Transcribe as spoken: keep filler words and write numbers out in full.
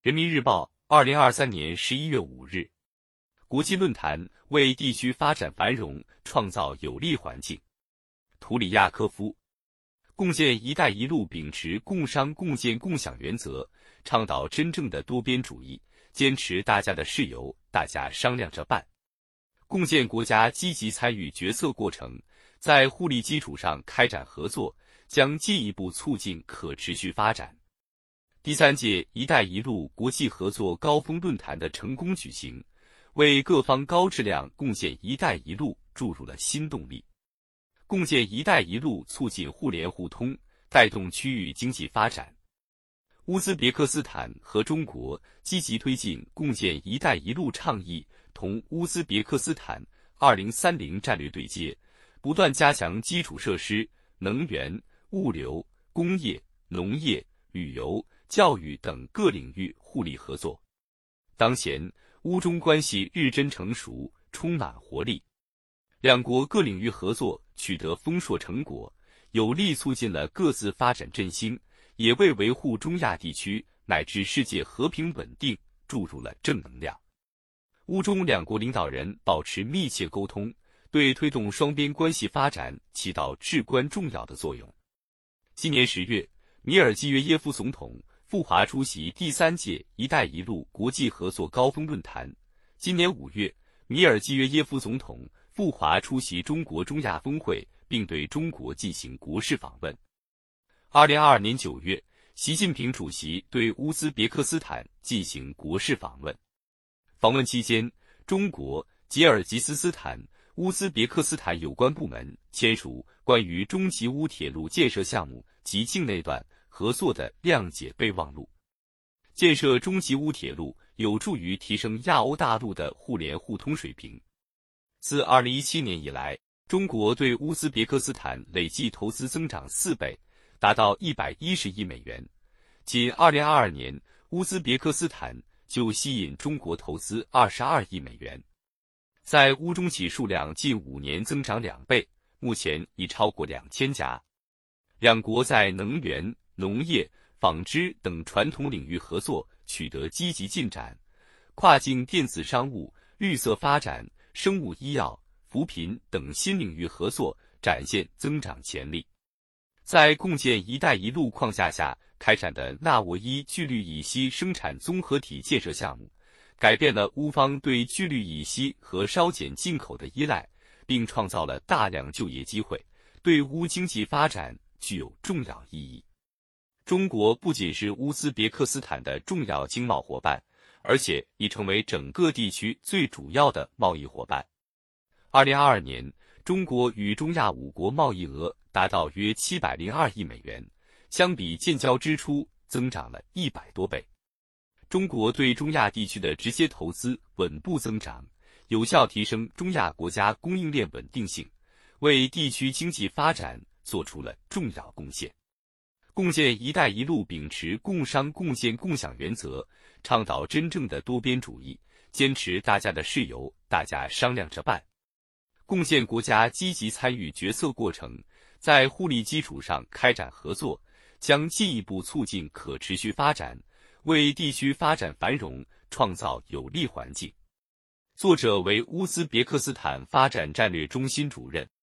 人民日报，二零二三年十一月五日，国际论坛为地区发展繁荣创造有利环境。图里亚科夫，共建“一带一路”秉持共商共建共享原则，倡导真正的多边主义，坚持大家的事由，大家商量着办。共建国家积极参与决策过程，在互利基础上开展合作，将进一步促进可持续发展。第三届“一带一路”国际合作高峰论坛的成功举行，为各方高质量共建“一带一路”注入了新动力。共建“一带一路”促进互联互通，带动区域经济发展。乌兹别克斯坦和中国积极推进共建“一带一路”倡议，同乌兹别克斯坦二零三零战略对接，不断加强基础设施、能源、物流、工业、农业、旅游、教育等各领域互利合作。当前，乌中关系日臻成熟，充满活力，两国各领域合作取得丰硕成果，有力促进了各自发展振兴，也为维护中亚地区乃至世界和平稳定注入了正能量。乌中两国领导人保持密切沟通，对推动双边关系发展起到至关重要的作用。今年十月，米尔基约耶夫总统赴华出席第三届“一带一路”国际合作高峰论坛。今年五月，米尔基约耶夫总统赴华出席中国中亚峰会，并对中国进行国事访问。二零二二年九月，习近平主席对乌兹别克斯坦进行国事访问。访问期间，中国、吉尔吉斯斯坦、乌兹别克斯坦有关部门签署关于中吉乌铁路建设项目及境内段合作的谅解备忘录。建设中吉乌铁路有助于提升亚欧大陆的互联互通水平。自二零一七年以来，中国对乌兹别克斯坦累计投资增长四倍，达到一百一十亿美元。仅二零二二年，乌兹别克斯坦就吸引中国投资二十二亿美元。在乌中企数量近五年增长两倍，目前已超过两千家。两国在能源、农业、纺织等传统领域合作取得积极进展，跨境电子商务、绿色发展、生物医药、扶贫等新领域合作展现增长潜力。在共建“一带一路”框架下开展的纳沃伊聚氯乙烯生产综合体建设项目，改变了乌方对聚氯乙烯和烧碱进口的依赖，并创造了大量就业机会，对乌经济发展具有重要意义。中国不仅是乌兹别克斯坦的重要经贸伙伴，而且已成为整个地区最主要的贸易伙伴。二零二二年，中国与中亚五国贸易额达到约七百零二亿美元，相比建交之初增长了一百多倍。中国对中亚地区的直接投资稳步增长，有效提升中亚国家供应链稳定性，为地区经济发展做出了重要贡献。共建“一带一路”秉持共商共建共享原则，倡导真正的多边主义，坚持大家的事由，大家商量着办。共建国家积极参与决策过程，在互利基础上开展合作，将进一步促进可持续发展，为地区发展繁荣创造有利环境。作者为乌兹别克斯坦发展战略中心主任。